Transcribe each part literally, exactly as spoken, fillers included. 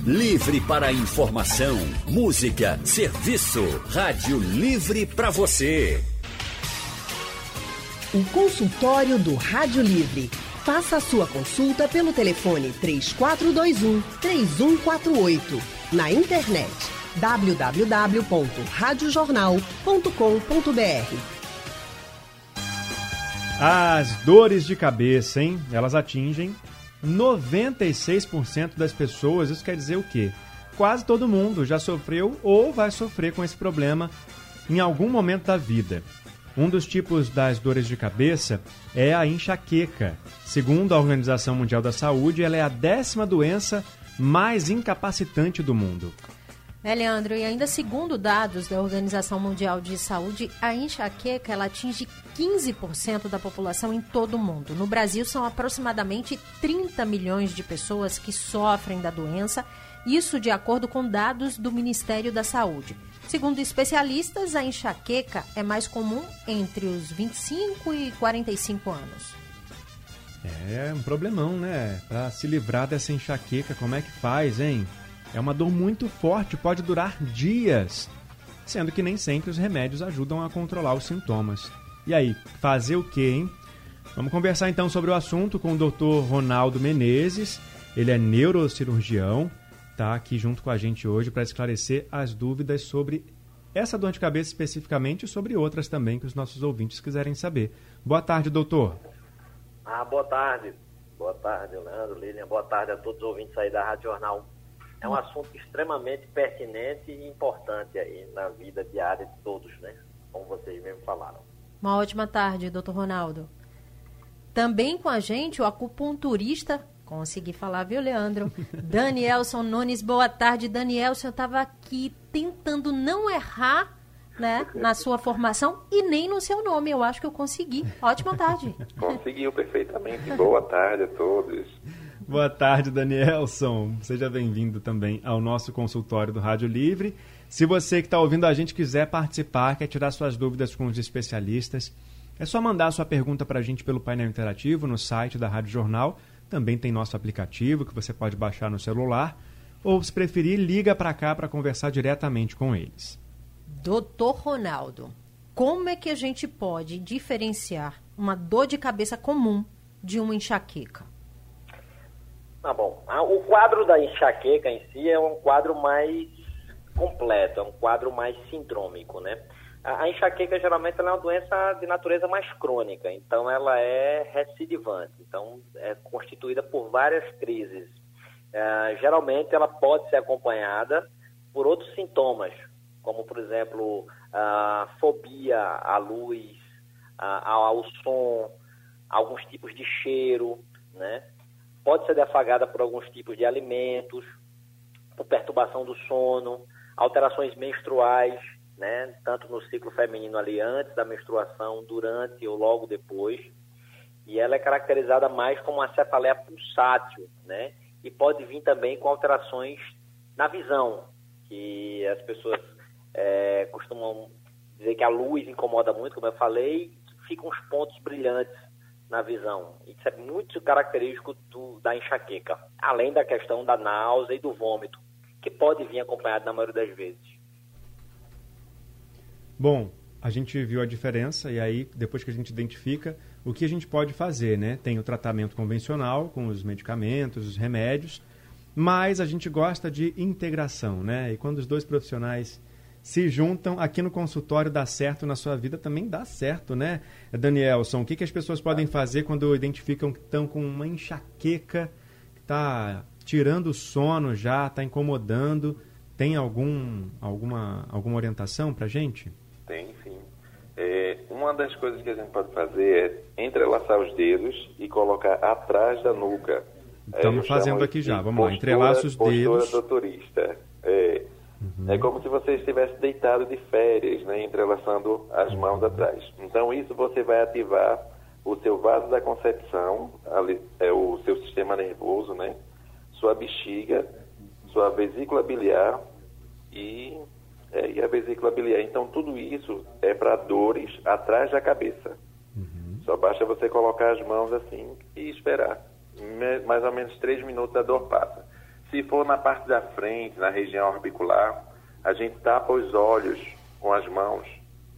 Livre para informação, música, serviço. Rádio Livre para você. O consultório do Rádio Livre. Faça a sua consulta pelo telefone três quatro dois um, três um quatro oito. Na internet w w w ponto rádio jornal ponto com ponto b r. As dores de cabeça, hein? Elas atingem noventa e seis por cento das pessoas. Isso quer dizer o quê? Quase todo mundo já sofreu ou vai sofrer com esse problema em algum momento da vida. Um dos tipos das dores de cabeça é a enxaqueca. Segundo a Organização Mundial da Saúde, ela é a décima doença mais incapacitante do mundo. É, Leandro, e ainda segundo dados da Organização Mundial de Saúde, a enxaqueca ela atinge quinze por cento da população em todo o mundo. No Brasil, são aproximadamente trinta milhões de pessoas que sofrem da doença, isso de acordo com dados do Ministério da Saúde. Segundo especialistas, a enxaqueca é mais comum entre os vinte e cinco e quarenta e cinco anos. É um problemão, né? Para se livrar dessa enxaqueca, como é que faz, hein? É uma dor muito forte, pode durar dias, sendo que nem sempre os remédios ajudam a controlar os sintomas. E aí, fazer o quê, hein? Vamos conversar então sobre o assunto com o doutor Ronaldo Menezes. Ele é neurocirurgião, está aqui junto com a gente hoje para esclarecer as dúvidas sobre essa dor de cabeça especificamente e sobre outras também que os nossos ouvintes quiserem saber. Boa tarde, doutor. Ah, boa tarde. Boa tarde, Leandro, Lilian. Boa tarde a todos os ouvintes aí da Rádio Jornal. É um assunto extremamente pertinente e importante aí na vida diária de todos, né? Como vocês mesmo falaram. Uma ótima tarde, doutor Ronaldo. Também com a gente o acupunturista, consegui falar, viu, Leandro? Danielson Nunes, boa tarde. Danielson, eu estava aqui tentando não errar, né, na sua formação e nem no seu nome. Eu acho que eu consegui. Ótima tarde. Conseguiu perfeitamente. Boa tarde a todos. Boa tarde, Danielson. Seja bem-vindo também ao nosso consultório do Rádio Livre. Se você que está ouvindo a gente quiser participar, quer tirar suas dúvidas com os especialistas, é só mandar a sua pergunta para a gente pelo painel interativo no site da Rádio Jornal. Também tem nosso aplicativo que você pode baixar no celular. Ou, se preferir, liga para cá para conversar diretamente com eles. doutor Ronaldo, como é que a gente pode diferenciar uma dor de cabeça comum de uma enxaqueca? Tá bom. O quadro da enxaqueca em si é um quadro mais completo, é um quadro mais sindrômico, né? A enxaqueca geralmente ela é uma doença de natureza mais crônica, então ela é recidivante, então é constituída por várias crises. É, geralmente ela pode ser acompanhada por outros sintomas, como por exemplo a fobia à luz, a, ao som, alguns tipos de cheiro, né? Pode ser defagada por alguns tipos de alimentos, por perturbação do sono, alterações menstruais, né? Tanto no ciclo feminino ali antes da menstruação, durante ou logo depois. E ela é caracterizada mais como uma cefaleia pulsátil, né? E pode vir também com alterações na visão, que as pessoas é, costumam dizer que a luz incomoda muito, como eu falei, e ficam uns pontos brilhantes na visão. Isso é muito característico do, da enxaqueca, além da questão da náusea e do vômito, que pode vir acompanhado na maioria das vezes. Bom, a gente viu a diferença e aí, depois que a gente identifica, o que a gente pode fazer, né? Tem o tratamento convencional, com os medicamentos, os remédios, mas a gente gosta de integração, né? E quando os dois profissionais se juntam, aqui no consultório dá certo, na sua vida também dá certo, né? Danielson, o que, que as pessoas podem fazer quando identificam que estão com uma enxaqueca, que está tirando o sono já, está incomodando? Tem algum, alguma, alguma orientação para a gente? Tem, sim. É, uma das coisas que a gente pode fazer é entrelaçar os dedos e colocar atrás da nuca. Estamos é, fazendo aqui já, vamos postura, lá, entrelaça os dedos. Postura doutorista. É, uhum. É como se você estivesse deitado de férias, né, entrelaçando as uhum. mãos atrás. Então isso você vai ativar o seu vaso da concepção, ali, é o seu sistema nervoso, né, sua bexiga, sua vesícula biliar e, é, e a vesícula biliar. Então tudo isso é para dores atrás da cabeça. Uhum. Só basta você colocar as mãos assim e esperar. Mais ou menos três minutos a dor passa. Se for na parte da frente, na região orbicular, a gente tapa os olhos com as mãos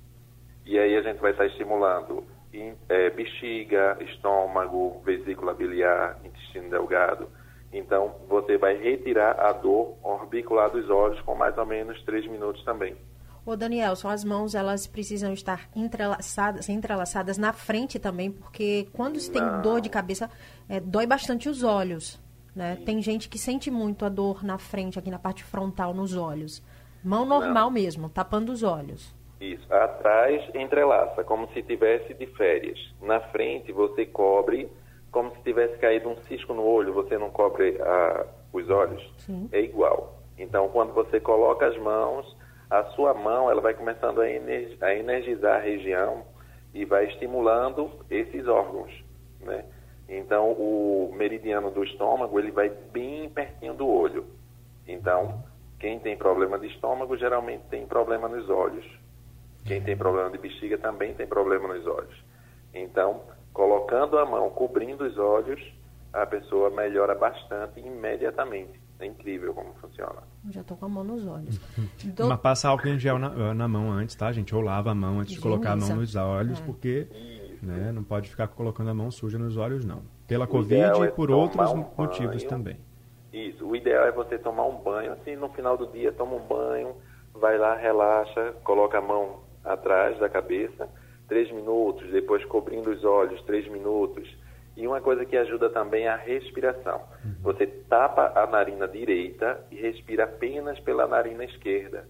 e aí a gente vai estar estimulando é, bexiga, estômago, vesícula biliar, intestino delgado. Então, você vai retirar a dor orbicular dos olhos com mais ou menos três minutos também. Ô Daniel, só as mãos, elas precisam estar entrelaçadas, entrelaçadas na frente também, porque quando se tem Não. dor de cabeça, é, dói bastante os olhos, né? Tem gente que sente muito a dor na frente, aqui na parte frontal, nos olhos. Mão normal Não. mesmo, tapando os olhos. Isso. Atrás, entrelaça, como se tivesse de férias. Na frente, você cobre como se tivesse caído um cisco no olho, você não cobre a, os olhos. Sim. É igual. Então, quando você coloca as mãos, a sua mão ela vai começando a, energi- a energizar a região e vai estimulando esses órgãos, né? Então, o meridiano do estômago, ele vai bem pertinho do olho. Então, quem tem problema de estômago, geralmente tem problema nos olhos. Quem tem problema de bexiga também tem problema nos olhos. Então, colocando a mão, cobrindo os olhos, a pessoa melhora bastante imediatamente. É incrível como funciona. Já estou com a mão nos olhos. Do... Mas passa álcool em gel na, na mão antes, tá, gente? Ou lava a mão antes de colocar a mão nos olhos, é. porque né, não pode ficar colocando a mão suja nos olhos, não. Pela o Covid e por outros um motivos banho. também. Isso. O ideal é você tomar um banho. Assim, no final do dia, toma um banho, vai lá, relaxa, coloca a mão atrás da cabeça, três minutos, depois cobrindo os olhos, três minutos. E uma coisa que ajuda também é a respiração. Uhum. Você tapa a narina direita e respira apenas pela narina esquerda.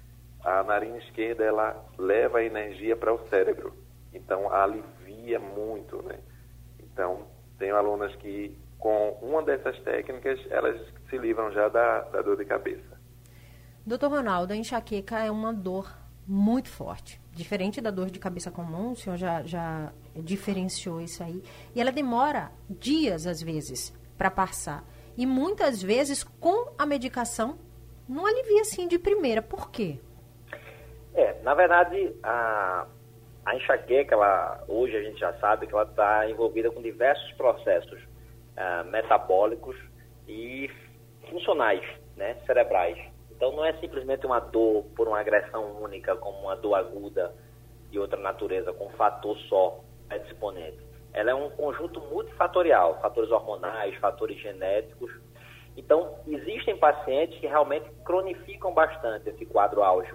A narina esquerda, ela leva a energia para o cérebro. Então, alivia muito, né? Então, tenho alunas que, com uma dessas técnicas, elas se livram já da, da dor de cabeça. doutor Ronaldo, a enxaqueca é uma dor muito forte. Diferente da dor de cabeça comum, o senhor já, já diferenciou isso aí. E ela demora dias, às vezes, para passar. E muitas vezes, com a medicação, não alivia assim de primeira. Por quê? É, na verdade, a, a enxaqueca, ela, hoje a gente já sabe que ela está envolvida com diversos processos uh, metabólicos e funcionais, né, cerebrais. Então, não é simplesmente uma dor por uma agressão única, como uma dor aguda de outra natureza, com um fator só predisponente. Ela é um conjunto multifatorial, fatores hormonais, fatores genéticos. Então, existem pacientes que realmente cronificam bastante esse quadro álgico.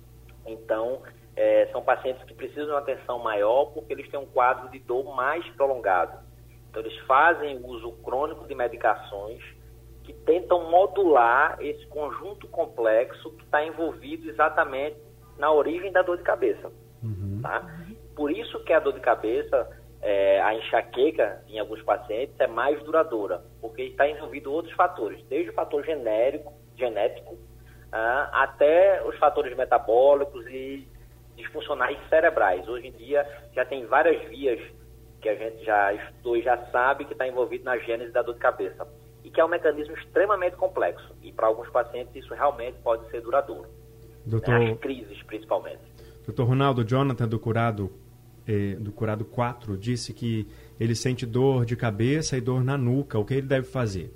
Então, é, são pacientes que precisam de uma atenção maior porque eles têm um quadro de dor mais prolongado. Então, eles fazem uso crônico de medicações que tentam modular esse conjunto complexo que está envolvido exatamente na origem da dor de cabeça. Uhum. Tá? Por isso que a dor de cabeça, é, a enxaqueca, em alguns pacientes, é mais duradoura, porque está envolvido outros fatores, desde o fator genérico, genético, ah, até os fatores metabólicos e disfuncionais cerebrais. Hoje em dia já tem várias vias que a gente já estudou e já sabe que está envolvido na gênese da dor de cabeça. E que é um mecanismo extremamente complexo. E para alguns pacientes isso realmente pode ser duradouro. Doutor... Né? As crises, principalmente. doutor Ronaldo, Jonathan do Curado, eh, do Curado quatro, disse que ele sente dor de cabeça e dor na nuca. O que ele deve fazer?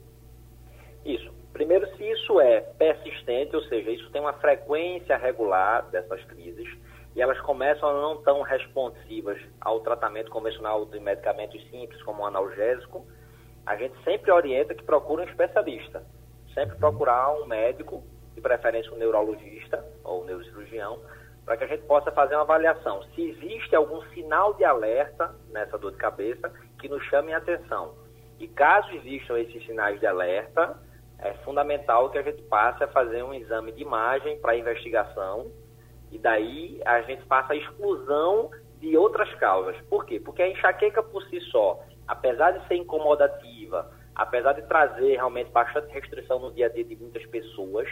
Isso. Primeiro, se isso é persistente, ou seja, isso tem uma frequência regular dessas crises, e elas começam a não tão responsivas ao tratamento convencional de medicamentos simples, como o analgésico, a gente sempre orienta que procure um especialista. Sempre procurar um médico, de preferência um neurologista ou um neurocirurgião, para que a gente possa fazer uma avaliação. Se existe algum sinal de alerta nessa dor de cabeça, que nos chame a atenção. E caso existam esses sinais de alerta, é fundamental que a gente passe a fazer um exame de imagem para investigação, e daí a gente passa a exclusão de outras causas. Por quê? Porque a enxaqueca por si só, apesar de ser incomodativa, apesar de trazer realmente bastante restrição no dia a dia de muitas pessoas,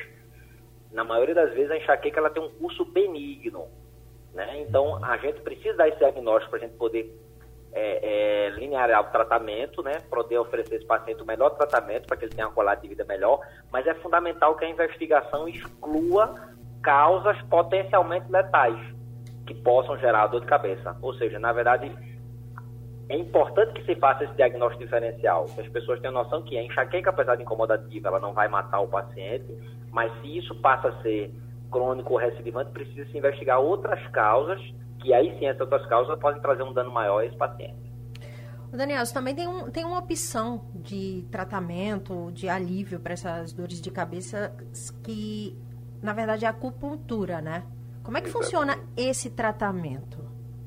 na maioria das vezes a enxaqueca ela tem um curso benigno, né? Então a gente precisa dar esse diagnóstico para a gente poder é, é, linear o tratamento, né? Poder oferecer a esse paciente o melhor tratamento para que ele tenha uma qualidade de vida melhor, mas é fundamental que a investigação exclua causas potencialmente letais que possam gerar dor de cabeça. Ou seja, na verdade, é importante que se faça esse diagnóstico diferencial, que as pessoas tenham noção que a enxaqueca, apesar de incomodativa, ela não vai matar o paciente, mas se isso passa a ser crônico ou recidivante, precisa se investigar outras causas, que aí sim, essas outras causas podem trazer um dano maior a esse paciente. Daniel, você também tem, um, tem uma opção de tratamento, de alívio para essas dores de cabeça, que, na verdade, é a acupuntura, né? Como é que Exatamente. funciona esse tratamento?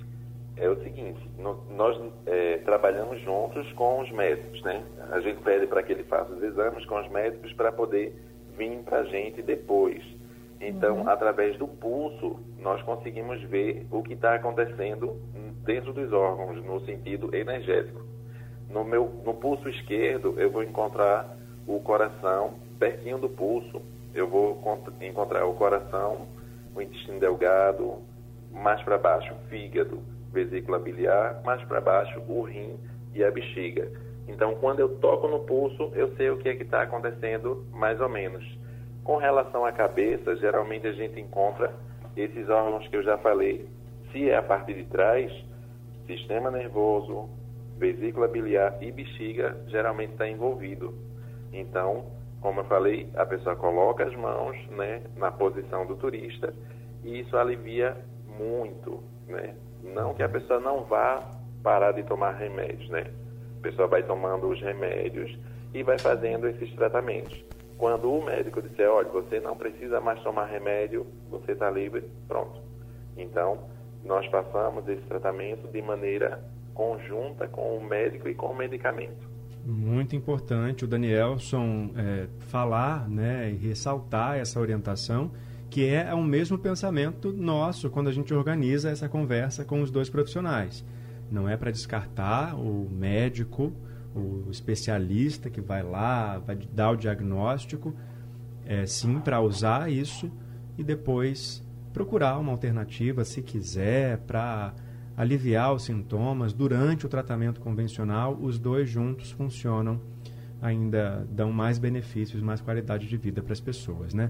É o seguinte, no, nós é, trabalhamos juntos com os médicos, né? A gente pede para que ele faça os exames com os médicos para poder vir para a gente depois. Então, uhum. através do pulso, nós conseguimos ver o que está acontecendo dentro dos órgãos, no sentido energético. No, meu, no pulso esquerdo, eu vou encontrar o coração pertinho do pulso. Eu vou encontrar o coração, o intestino delgado, mais para baixo, o fígado, vesícula biliar, mais para baixo o rim e a bexiga. Então, quando eu toco no pulso, eu sei o que é que está acontecendo, mais ou menos. Com relação à cabeça, geralmente a gente encontra esses órgãos que eu já falei. Se é a parte de trás, sistema nervoso, vesícula biliar e bexiga, geralmente está envolvido. Então, como eu falei, a pessoa coloca as mãos, né, na posição do turista e isso alivia muito, né? Não que a pessoa não vá parar de tomar remédios, né? A pessoa vai tomando os remédios e vai fazendo esses tratamentos. Quando o médico disser, olha, você não precisa mais tomar remédio, você está livre, pronto. Então, nós passamos esse tratamento de maneira conjunta com o médico e com o medicamento. Muito importante o Danielson é, falar, né, e ressaltar essa orientação, que é o mesmo pensamento nosso quando a gente organiza essa conversa com os dois profissionais. Não é para descartar o médico, o especialista que vai lá, vai dar o diagnóstico, é sim para usar isso e depois procurar uma alternativa, se quiser, para aliviar os sintomas. Durante o tratamento convencional, os dois juntos funcionam, ainda dão mais benefícios, mais qualidade de vida para as pessoas, né?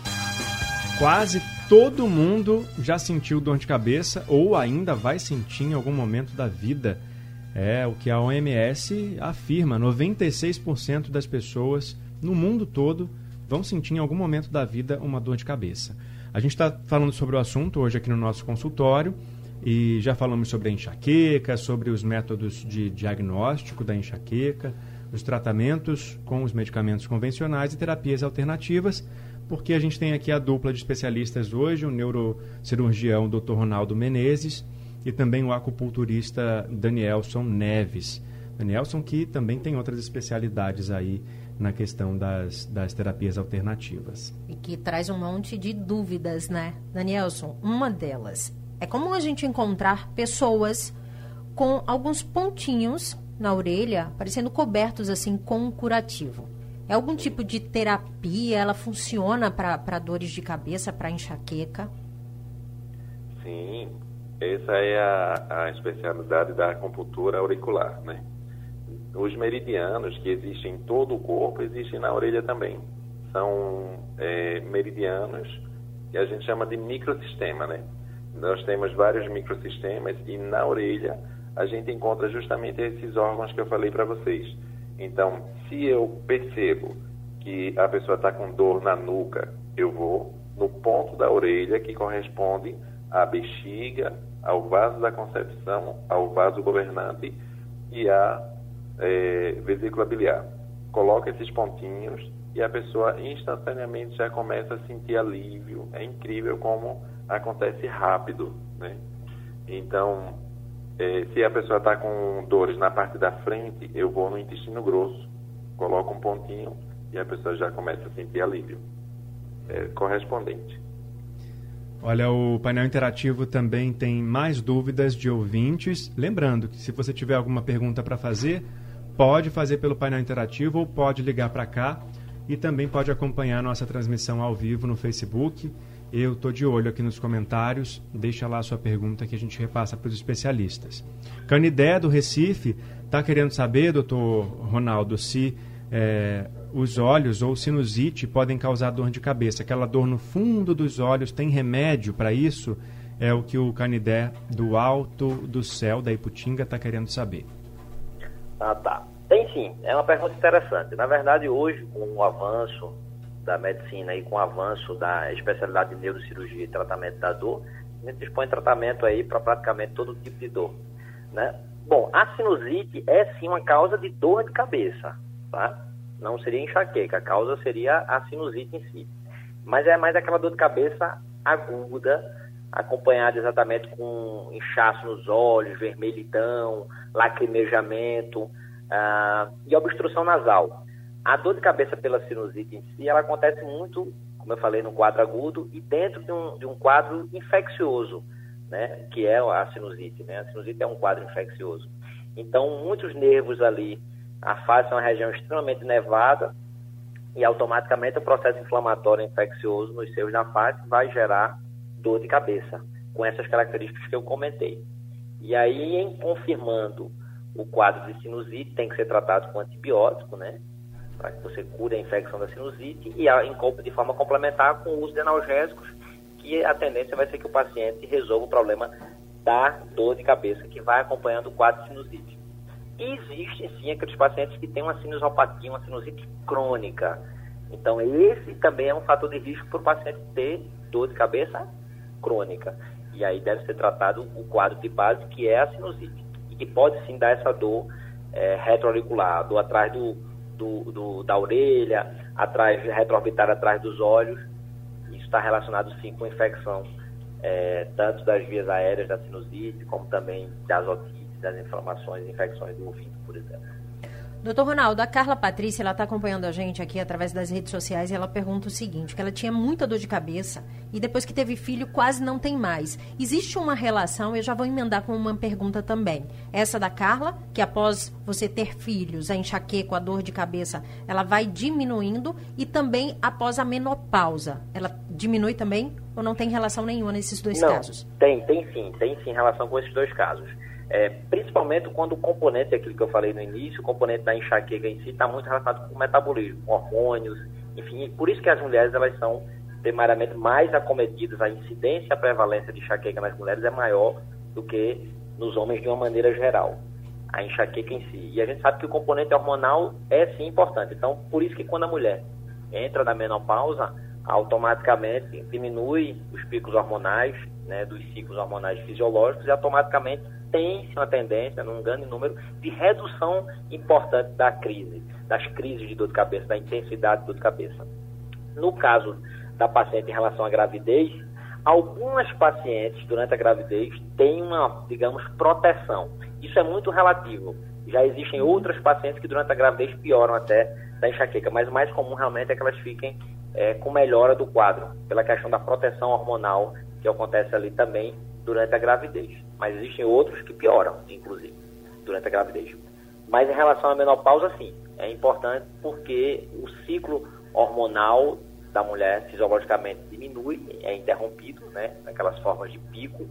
Quase todo mundo já sentiu dor de cabeça ou ainda vai sentir em algum momento da vida. É o que a O M S afirma, noventa e seis por cento das pessoas no mundo todo vão sentir em algum momento da vida uma dor de cabeça. A gente está falando sobre o assunto hoje aqui no nosso consultório e já falamos sobre a enxaqueca, sobre os métodos de diagnóstico da enxaqueca, os tratamentos com os medicamentos convencionais e terapias alternativas, porque a gente tem aqui a dupla de especialistas hoje, o neurocirurgião doutor Ronaldo Menezes e também o acupunturista Danielson Neves. Danielson que também tem outras especialidades aí na questão das, das terapias alternativas. E que traz um monte de dúvidas, né, Danielson? Uma delas, é comum a gente encontrar pessoas com alguns pontinhos na orelha, parecendo cobertos assim com um curativo. É algum tipo de terapia? Ela funciona para dores de cabeça, para enxaqueca? Sim, essa é a, a especialidade da acupuntura auricular, né? Os meridianos que existem em todo o corpo existem na orelha também. São é, meridianos que a gente chama de microsistema, né? Nós temos vários microsistemas e na orelha a gente encontra justamente esses órgãos que eu falei para vocês. Então, se eu percebo que a pessoa está com dor na nuca, eu vou no ponto da orelha que corresponde à bexiga, ao vaso da concepção, ao vaso governante e à é, vesícula biliar. Coloco esses pontinhos e a pessoa instantaneamente já começa a sentir alívio. É incrível como acontece rápido, né? Então, é, se a pessoa está com dores na parte da frente, eu vou no intestino grosso, coloco um pontinho e a pessoa já começa a sentir alívio. É correspondente. Olha, o painel interativo também tem mais dúvidas de ouvintes. Lembrando que se você tiver alguma pergunta para fazer, pode fazer pelo painel interativo ou pode ligar para cá e também pode acompanhar a nossa transmissão ao vivo no Facebook. Eu estou de olho aqui nos comentários, deixa lá a sua pergunta que a gente repassa para os especialistas. Canidé do Recife está querendo saber, doutor Ronaldo, se é, os olhos ou sinusite podem causar dor de cabeça. Aquela dor no fundo dos olhos, tem remédio para isso? É o que o Canidé do Alto do Céu, da Iputinga, está querendo saber. Ah, tá. Tem sim, é uma pergunta interessante. Na verdade, hoje, com o avanço da medicina e com o avanço da especialidade de neurocirurgia e tratamento da dor, a gente dispõe de tratamento aí para praticamente todo tipo de dor, né? Bom, a sinusite é sim uma causa de dor de cabeça, tá? Não seria enxaqueca, a causa seria a sinusite em si. Mas é mais aquela dor de cabeça aguda, acompanhada exatamente com inchaço nos olhos, vermelhidão, lacrimejamento, Uh, e obstrução nasal. A dor de cabeça pela sinusite em si, ela acontece muito, como eu falei, no quadro agudo e dentro de um, de um quadro infeccioso, né, que é a sinusite, né? A sinusite é um quadro infeccioso. Então, muitos nervos ali, a face é uma região extremamente nervada e automaticamente o processo inflamatório infeccioso nos seios da face vai gerar dor de cabeça, com essas características que eu comentei. E aí, em confirmando o quadro de sinusite, tem que ser tratado com antibiótico, né? Para que você cure a infecção da sinusite e a, em, de forma complementar com o uso de analgésicos, que a tendência vai ser que o paciente resolva o problema da dor de cabeça que vai acompanhando o quadro de sinusite. E existem sim aqueles pacientes que têm uma sinusopatia, uma sinusite crônica. Então esse também é um fator de risco para o paciente ter dor de cabeça crônica. E aí deve ser tratado o quadro de base, que é a sinusite, que pode sim dar essa dor é, retroauricular, dor atrás do, do, do, da orelha, atrás, retroorbitária atrás dos olhos. Isso está relacionado sim com infecção, é, tanto das vias aéreas da sinusite, como também das otites, das inflamações e infecções do ouvido, por exemplo. Doutor Ronaldo, a Carla Patrícia, ela está acompanhando a gente aqui através das redes sociais e ela pergunta o seguinte, que ela tinha muita dor de cabeça e depois que teve filho quase não tem mais. Existe uma relação, eu já vou emendar com uma pergunta também. Essa da Carla, que após você ter filhos, a enxaqueca, a dor de cabeça, ela vai diminuindo e também após a menopausa, ela diminui também ou não tem relação nenhuma nesses dois não, casos? Tem, tem sim, tem sim relação com esses dois casos. É, principalmente quando o componente, aquilo que eu falei no início, o componente da enxaqueca em si está muito relacionado com o metabolismo, com hormônios, enfim, por isso que as mulheres elas são primariamente mais acometidas, a incidência e a prevalência de enxaqueca nas mulheres é maior do que nos homens de uma maneira geral, a enxaqueca em si. E a gente sabe que o componente hormonal é sim importante, então por isso que quando a mulher entra na menopausa, automaticamente diminui os picos hormonais, né, dos ciclos hormonais fisiológicos e automaticamente tem-se uma tendência, num grande número, de redução importante da crise, das crises de dor de cabeça, da intensidade de dor de cabeça. No caso da paciente em relação à gravidez, algumas pacientes durante a gravidez têm uma, digamos, proteção. Isso é muito relativo. Já existem outras pacientes que durante a gravidez pioram até da enxaqueca, mas o mais comum realmente é que elas fiquem é, com melhora do quadro, pela questão da proteção hormonal que acontece ali também durante a gravidez. Mas existem outros que pioram, inclusive, durante a gravidez. Mas em relação à menopausa, sim, é importante porque o ciclo hormonal da mulher fisiologicamente diminui, é interrompido, né, naquelas formas de pico,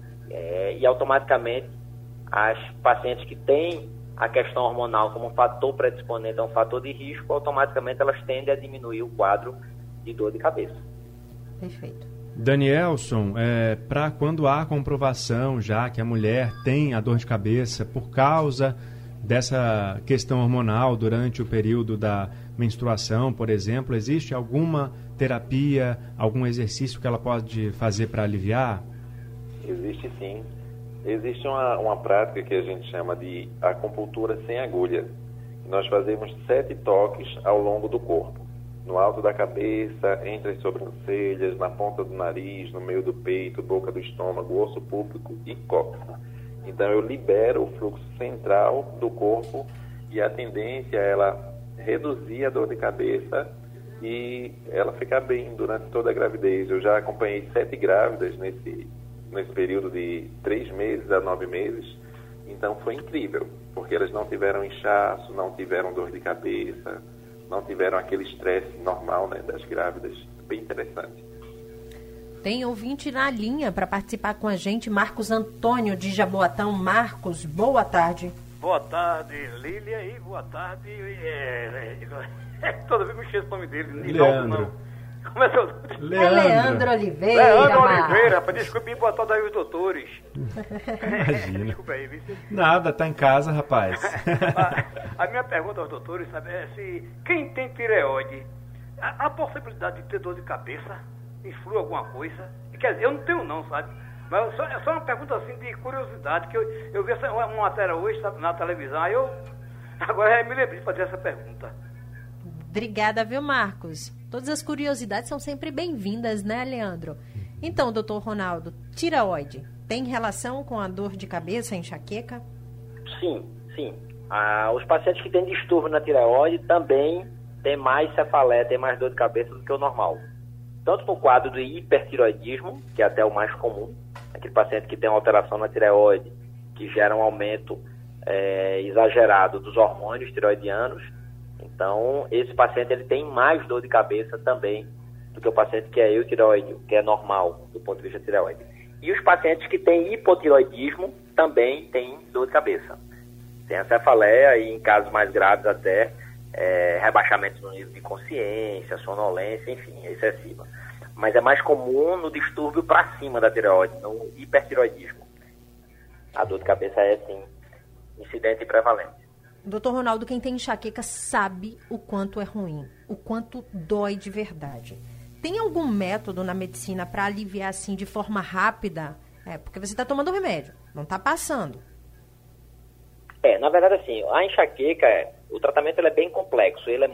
é, e automaticamente as pacientes que têm a questão hormonal como um fator predisponente a um fator de risco, automaticamente elas tendem a diminuir o quadro de dor de cabeça. Perfeito. Danielson, é, para quando há comprovação já que a mulher tem a dor de cabeça por causa dessa questão hormonal durante o período da menstruação, por exemplo, existe alguma terapia, algum exercício que ela pode fazer para aliviar? Existe sim. Existe uma, uma prática que a gente chama de acupuntura sem agulha. Nós fazemos sete toques ao longo do corpo. No alto da cabeça, entre as sobrancelhas, na ponta do nariz, no meio do peito, boca do estômago, osso púbico e cóccix. Então eu libero o fluxo central do corpo e a tendência é ela reduzir a dor de cabeça e ela ficar bem durante toda a gravidez. Eu já acompanhei sete grávidas nesse, nesse período de três meses a nove meses, então foi incrível, porque elas não tiveram inchaço, não tiveram dor de cabeça, não tiveram aquele estresse normal, né, das grávidas. Bem interessante. Tem ouvinte na linha para participar com a gente, Marcos Antônio de Jaboatão. Marcos, boa tarde. Boa tarde, Lília, e boa tarde. É, é, toda vez que eu esqueço o nome dele, Nilton, não. Como é seu Leandro. É Leandro Oliveira. Leandro Marcos. Oliveira, rapaz, desculpe me botar daí os doutores. Imagina. Desculpa aí, viu? Nada, tá em casa, rapaz. a, a minha pergunta aos doutores, sabe, é se quem tem tireoide, a, a possibilidade de ter dor de cabeça influi alguma coisa? Quer dizer, eu não tenho não, sabe? Mas só, é só uma pergunta assim de curiosidade, que eu, eu vi essa, uma matéria hoje, sabe, na televisão, aí eu agora me lembrei de fazer essa pergunta. Obrigada, viu, Marcos? Todas as curiosidades são sempre bem-vindas, né, Leandro? Então, doutor Ronaldo, tireoide tem relação com a dor de cabeça, a enxaqueca? Sim, sim. Ah, os pacientes que têm distúrbio na tireoide também têm mais cefaleia, têm mais dor de cabeça do que o normal. Tanto no quadro do hipertireoidismo, que é até o mais comum, aquele paciente que tem uma alteração na tireoide, que gera um aumento é, exagerado dos hormônios tireoidianos. Então, esse paciente ele tem mais dor de cabeça também do que o paciente que é eutireoide, que é normal do ponto de vista tireoide. E os pacientes que têm hipotireoidismo também têm dor de cabeça. Tem a cefaleia e, em casos mais graves, até é, rebaixamento no nível de consciência, sonolência, enfim, excessiva. Mas é mais comum no distúrbio para cima da tireoide, no hipertireoidismo. A dor de cabeça é, sim, incidente e prevalente. Doutor Ronaldo, quem tem enxaqueca sabe o quanto é ruim, o quanto dói de verdade. Tem algum método na medicina para aliviar assim de forma rápida? É, porque você está tomando remédio, não está passando. É, na verdade, assim, a enxaqueca, o tratamento ele é bem complexo, ele é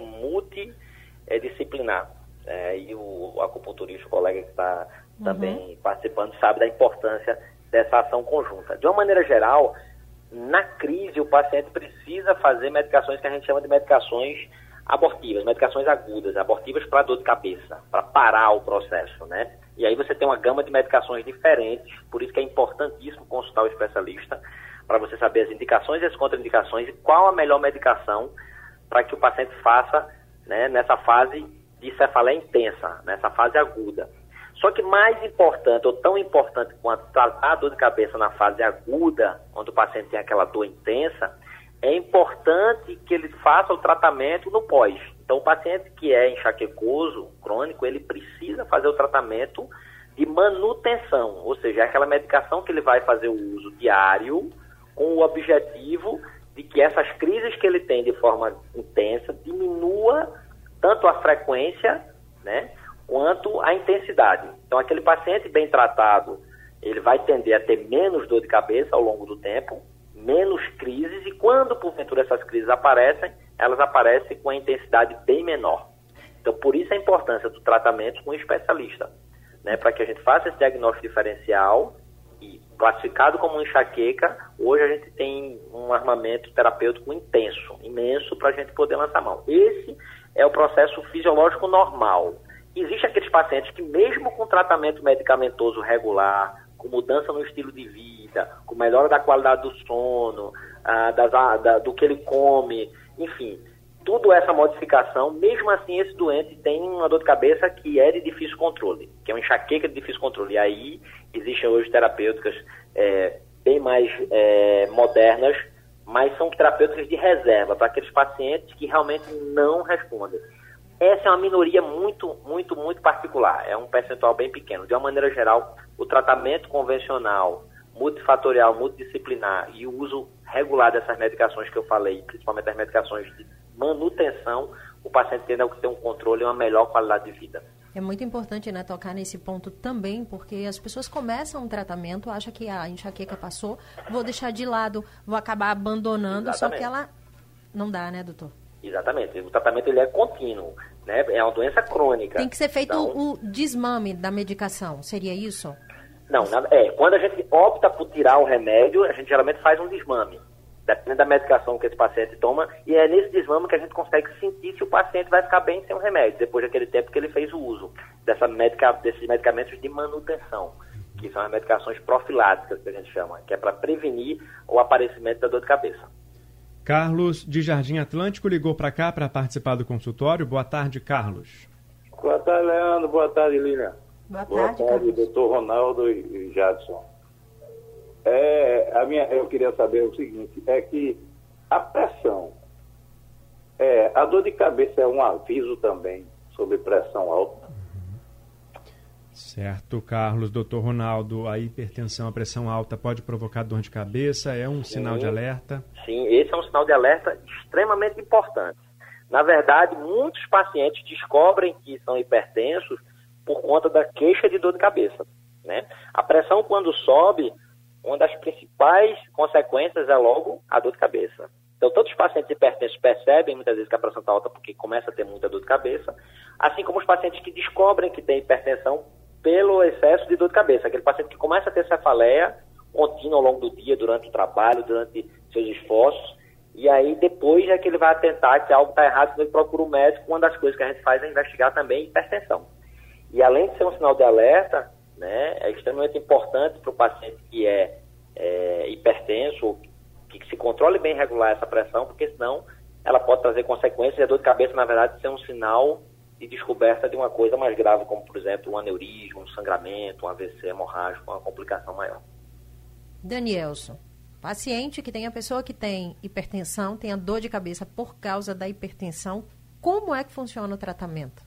multidisciplinar. É, e o, o acupunturista, o colega que está uhum. também participando, sabe da importância dessa ação conjunta. De uma maneira geral, na crise, o paciente precisa fazer medicações que a gente chama de medicações abortivas, medicações agudas, abortivas para dor de cabeça, para parar o processo, né? E aí você tem uma gama de medicações diferentes, por isso que é importantíssimo consultar o especialista, para você saber as indicações e as contraindicações e qual a melhor medicação para que o paciente faça, né, nessa fase de cefaleia intensa, nessa fase aguda. Só que mais importante, ou tão importante quanto tratar a dor de cabeça na fase aguda, onde o paciente tem aquela dor intensa, é importante que ele faça o tratamento no pós. Então, o paciente que é enxaquecoso, crônico, ele precisa fazer o tratamento de manutenção, ou seja, é aquela medicação que ele vai fazer o uso diário, com o objetivo de que essas crises que ele tem de forma intensa diminua tanto a frequência, né, quanto a intensidade. Então, aquele paciente bem tratado, ele vai tender a ter menos dor de cabeça ao longo do tempo, menos crises, e quando, porventura, essas crises aparecem, elas aparecem com a intensidade bem menor. Então, por isso a importância do tratamento com um especialista, né, para que a gente faça esse diagnóstico diferencial e, classificado como enxaqueca, hoje a gente tem um armamento terapêutico intenso, imenso, para a gente poder lançar mão. Esse é o processo fisiológico normal. Existem aqueles pacientes que, mesmo com tratamento medicamentoso regular, com mudança no estilo de vida, com melhora da qualidade do sono, ah, das, da, do que ele come, enfim, tudo essa modificação, mesmo assim esse doente tem uma dor de cabeça que é de difícil controle, que é uma enxaqueca de difícil controle. E aí existem hoje terapêuticas é, bem mais é, modernas, mas são terapêuticas de reserva para aqueles pacientes que realmente não respondem. Essa é uma minoria muito, muito, muito particular. É um percentual bem pequeno. De uma maneira geral, o tratamento convencional, multifatorial, multidisciplinar e o uso regular dessas medicações que eu falei, principalmente as medicações de manutenção, o paciente tende a ter um controle e uma melhor qualidade de vida. É muito importante, né, tocar nesse ponto também, porque as pessoas começam um tratamento, acham que a enxaqueca passou, vou deixar de lado, vou acabar abandonando, Exatamente. Só que ela não dá, né, doutor? Exatamente. O tratamento ele é contínuo, né? É uma doença crônica. Tem que ser feito então, o desmame da medicação, seria isso? Não, na, é, quando a gente opta por tirar o remédio, a gente geralmente faz um desmame, dependendo da medicação que esse paciente toma, e é nesse desmame que a gente consegue sentir se o paciente vai ficar bem sem o remédio, depois daquele tempo que ele fez o uso dessa medica, desses medicamentos de manutenção, que são as medicações profiláticas, que a gente chama, que é para prevenir o aparecimento da dor de cabeça. Carlos, de Jardim Atlântico, ligou para cá para participar do consultório. Boa tarde, Carlos. Boa tarde, Leandro. Boa tarde, Lilian. Boa tarde, Boa tarde, doutor Ronaldo e Jadson. É, a minha, eu queria saber o seguinte, é que a pressão, é, a dor de cabeça é um aviso também sobre pressão alta? Certo, Carlos. Doutor Ronaldo, a hipertensão, a pressão alta pode provocar dor de cabeça? É um Sim. sinal de alerta? Sim, esse é um sinal de alerta extremamente importante. Na verdade, muitos pacientes descobrem que são hipertensos por conta da queixa de dor de cabeça, né? A pressão, quando sobe, uma das principais consequências é logo a dor de cabeça. Então, todos os pacientes hipertensos percebem muitas vezes que a pressão está alta porque começa a ter muita dor de cabeça, assim como os pacientes que descobrem que tem hipertensão pelo excesso de dor de cabeça. Aquele paciente que começa a ter cefaleia contínua ao longo do dia, durante o trabalho, durante seus esforços, e aí depois é que ele vai atentar que algo está errado, quando ele procura o médico. Uma das coisas que a gente faz é investigar também hipertensão. E além de ser um sinal de alerta, né, é extremamente importante para o paciente que é, é hipertenso, que se controle bem regular essa pressão, porque senão ela pode trazer consequências, e a dor de cabeça, na verdade, ser um sinal de descoberta de uma coisa mais grave, como, por exemplo, um aneurisma, um sangramento, um A V C hemorrágico, uma complicação maior. Danielson, paciente que tem a pessoa que tem hipertensão, tem a dor de cabeça por causa da hipertensão, como é que funciona o tratamento?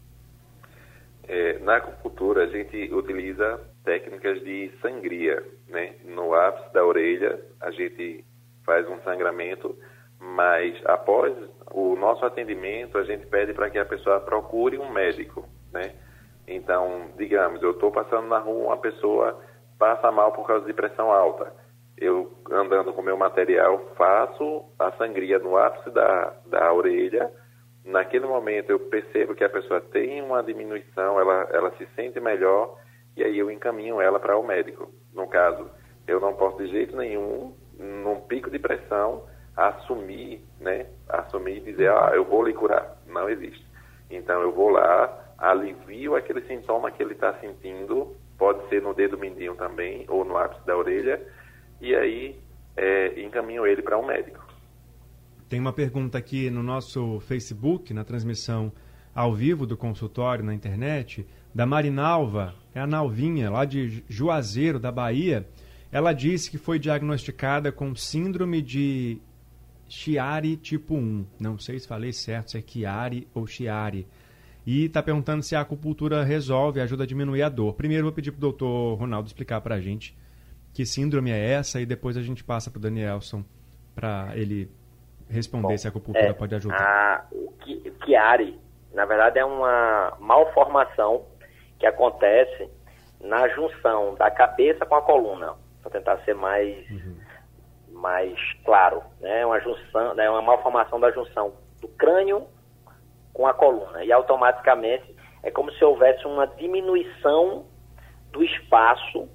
É, na acupuntura, a gente utiliza técnicas de sangria, né? No ápice da orelha, a gente faz um sangramento, mas após o nosso atendimento, a gente pede para que a pessoa procure um médico, né? Então, digamos, eu estou passando na rua, uma pessoa passa mal por causa de pressão alta. Eu, andando com meu material, faço a sangria no ápice da, da orelha. Naquele momento, eu percebo que a pessoa tem uma diminuição, ela, ela se sente melhor, e aí eu encaminho ela para o médico. No caso, eu não posso de jeito nenhum, num pico de pressão, assumir, né? Assumir e dizer, ah, eu vou lhe curar. Não existe. Então, eu vou lá, alivio aquele sintoma que ele está sentindo, pode ser no dedo mindinho também, ou no ápice da orelha, e aí é, encaminho ele para um médico. Tem uma pergunta aqui no nosso Facebook, na transmissão ao vivo do consultório na internet, da Marinalva, é a Nalvinha, lá de Juazeiro, da Bahia. Ela disse que foi diagnosticada com síndrome de Chiari tipo um. Não sei se falei certo, se é Chiari ou Chiari. E está perguntando se a acupuntura resolve, ajuda a diminuir a dor. Primeiro, vou pedir para o doutor Ronaldo explicar para a gente que síndrome é essa, e depois a gente passa para o Danielson para ele responder. Bom, se a acupuntura é, pode ajudar. A, o Chiari, na verdade, é uma malformação que acontece na junção da cabeça com a coluna, para tentar ser mais, uhum. mais claro. Né? É uma junção, é uma malformação da junção do crânio com a coluna, e automaticamente é como se houvesse uma diminuição do espaço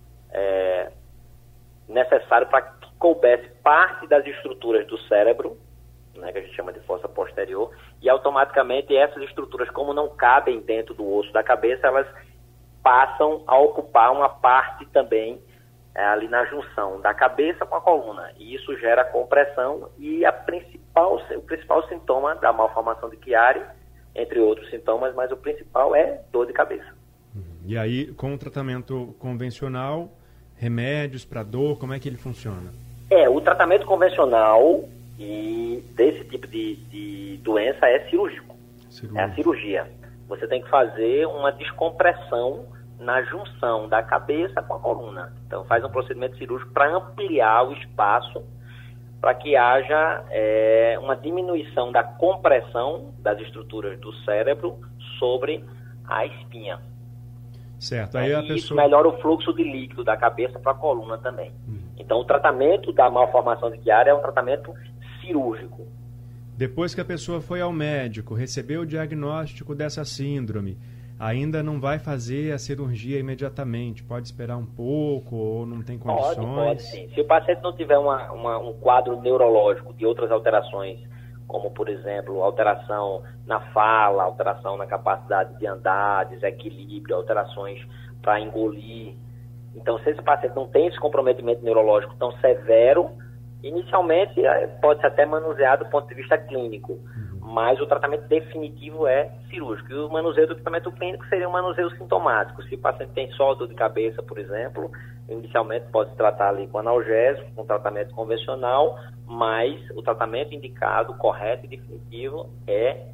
é, necessário para que coubesse parte das estruturas do cérebro, né, que a gente chama de fossa posterior, e automaticamente essas estruturas, como não cabem dentro do osso da cabeça, elas passam a ocupar uma parte também é, ali na junção da cabeça com a coluna, e isso gera compressão, e a principal, o principal sintoma da malformação de Chiari, entre outros sintomas, mas o principal é dor de cabeça. E aí, com o tratamento convencional, remédios para dor, como é que ele funciona? É, o tratamento convencional e desse tipo de, de doença é cirúrgico. cirúrgico. É a cirurgia. Você tem que fazer uma descompressão na junção da cabeça com a coluna. Então, faz um procedimento cirúrgico para ampliar o espaço, para que haja é, uma diminuição da compressão das estruturas do cérebro sobre a espinha. Certo. Aí é, a e pessoa... isso melhora o fluxo de líquido da cabeça para a coluna também. Hum. Então, o tratamento da malformação de Chiari é um tratamento cirúrgico. Depois que a pessoa foi ao médico, recebeu o diagnóstico dessa síndrome, ainda não vai fazer a cirurgia imediatamente? Pode esperar um pouco ou não tem condições? Pode, pode sim. Se o paciente não tiver uma, uma, um quadro neurológico de outras alterações, como, por exemplo, alteração na fala, alteração na capacidade de andar, desequilíbrio, alterações para engolir. Então, se esse paciente não tem esse comprometimento neurológico tão severo, inicialmente pode ser até manusear do ponto de vista clínico, uhum. mas o tratamento definitivo é cirúrgico. E o manuseio do tratamento clínico seria um manuseio sintomático. Se o paciente tem só dor de cabeça, por exemplo, inicialmente pode se tratar ali com analgésico, com tratamento convencional, mas o tratamento indicado, correto e definitivo é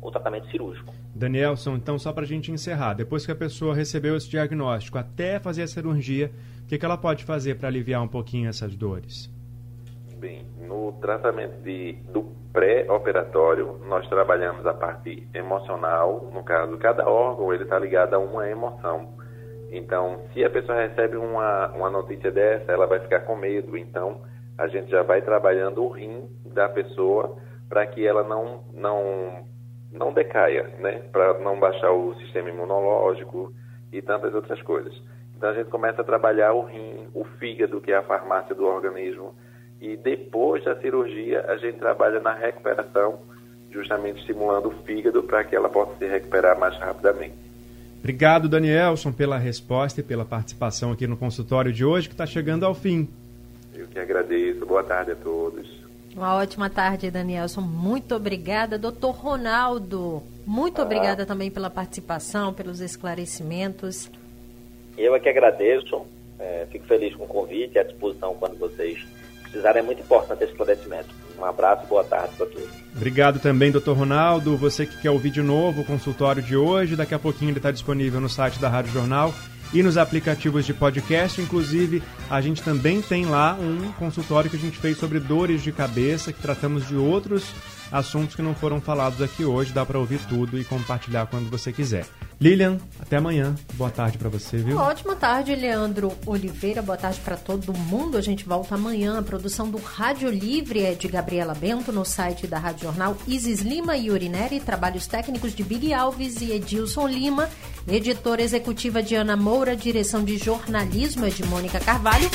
o tratamento cirúrgico. Danielson, então só para a gente encerrar, depois que a pessoa recebeu esse diagnóstico até fazer a cirurgia, o que, que ela pode fazer para aliviar um pouquinho essas dores? Bem, no tratamento de, do pré-operatório, nós trabalhamos a parte emocional. No caso, cada órgão ele está ligado a uma emoção. Então, se a pessoa recebe uma, uma notícia dessa, ela vai ficar com medo. Então, a gente já vai trabalhando o rim da pessoa para que ela não, não, não decaia, né? Para não baixar o sistema imunológico e tantas outras coisas. Então, a gente começa a trabalhar o rim, o fígado, que é a farmácia do organismo. E depois da cirurgia, a gente trabalha na recuperação, justamente estimulando o fígado para que ela possa se recuperar mais rapidamente. Obrigado, Danielson, pela resposta e pela participação aqui no consultório de hoje, que está chegando ao fim. Eu que agradeço. Boa tarde a todos. Uma ótima tarde, Danielson. Muito obrigada. doutor Ronaldo, muito ah. obrigada também pela participação, pelos esclarecimentos. Eu é que agradeço. É, fico feliz com o convite e à disposição quando vocês precisarem. É muito importante esse esclarecimento. Um abraço e boa tarde para todos. Obrigado também, doutor Ronaldo. Você que quer ouvir de novo o consultório de hoje, daqui a pouquinho ele está disponível no site da Rádio Jornal e nos aplicativos de podcast. Inclusive, a gente também tem lá um consultório que a gente fez sobre dores de cabeça, que tratamos de outros assuntos que não foram falados aqui hoje. Dá para ouvir tudo e compartilhar quando você quiser. Lilian, até amanhã. Boa tarde para você, viu? Ótima tarde, Leandro Oliveira. Boa tarde para todo mundo. A gente volta amanhã. A produção do Rádio Livre é de Gabriela Bento, no site da Rádio Jornal. Isis Lima e Urineri. Trabalhos técnicos de Billy Alves e Edilson Lima. Editora executiva de Ana Moura. Direção de jornalismo é de Mônica Carvalho.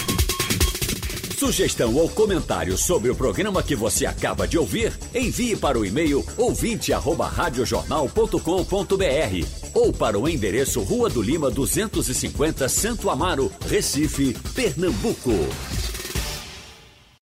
Sugestão ou comentário sobre o programa que você acaba de ouvir, envie para o e-mail ouvinte arroba radiojornal ponto com ponto br ou para o endereço Rua do Lima duzentos e cinquenta, Santo Amaro, Recife, Pernambuco.